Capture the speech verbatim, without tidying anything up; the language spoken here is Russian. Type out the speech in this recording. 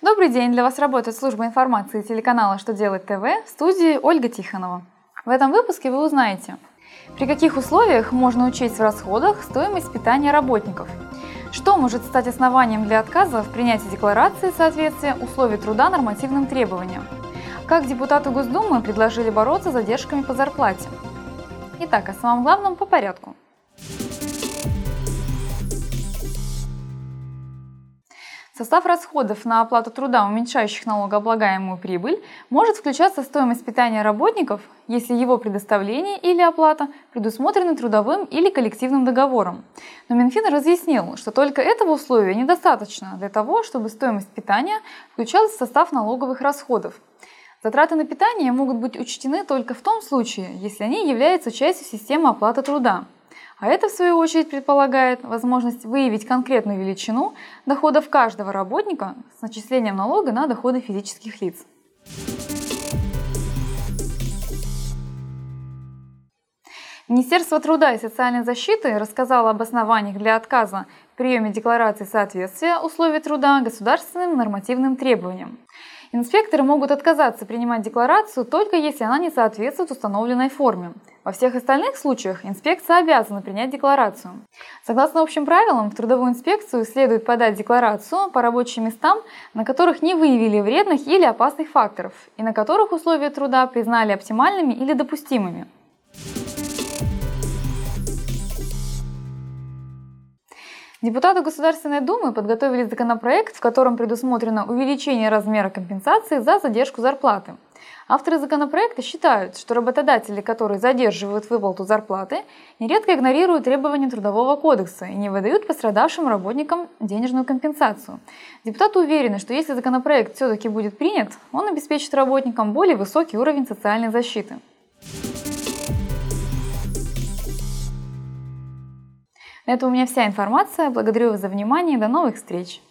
Добрый день! Для вас работает служба информации телеканала «Что делать ТВ», в студии Ольга Тихонова. В этом выпуске вы узнаете, при каких условиях можно учесть в расходах стоимость питания работников, что может стать основанием для отказа в принятии декларации соответствия условий труда нормативным требованиям, как депутаты Госдумы предложили бороться с задержками по зарплате. Итак, о самом главном по порядку. Состав расходов на оплату труда, уменьшающих налогооблагаемую прибыль, может включаться в стоимость питания работников, если его предоставление или оплата предусмотрены трудовым или коллективным договором. Но Минфин разъяснил, что только этого условия недостаточно для того, чтобы стоимость питания включалась в состав налоговых расходов. Затраты на питание могут быть учтены только в том случае, если они являются частью системы оплаты труда. А это, в свою очередь, предполагает возможность выявить конкретную величину доходов каждого работника с начислением налога на доходы физических лиц. Министерство труда и социальной защиты рассказало об основаниях для отказа в приеме декларации соответствия условий труда государственным нормативным требованиям. Инспекторы могут отказаться принимать декларацию только если она не соответствует установленной форме. Во всех остальных случаях инспекция обязана принять декларацию. Согласно общим правилам, в трудовую инспекцию следует подать декларацию по рабочим местам, на которых не выявили вредных или опасных факторов и на которых условия труда признали оптимальными или допустимыми. Депутаты Государственной Думы подготовили законопроект, в котором предусмотрено увеличение размера компенсации за задержку зарплаты. Авторы законопроекта считают, что работодатели, которые задерживают выплату зарплаты, нередко игнорируют требования Трудового кодекса и не выдают пострадавшим работникам денежную компенсацию. Депутаты уверены, что если законопроект все-таки будет принят, он обеспечит работникам более высокий уровень социальной защиты. На этом у меня вся информация. Благодарю вас за внимание и до новых встреч!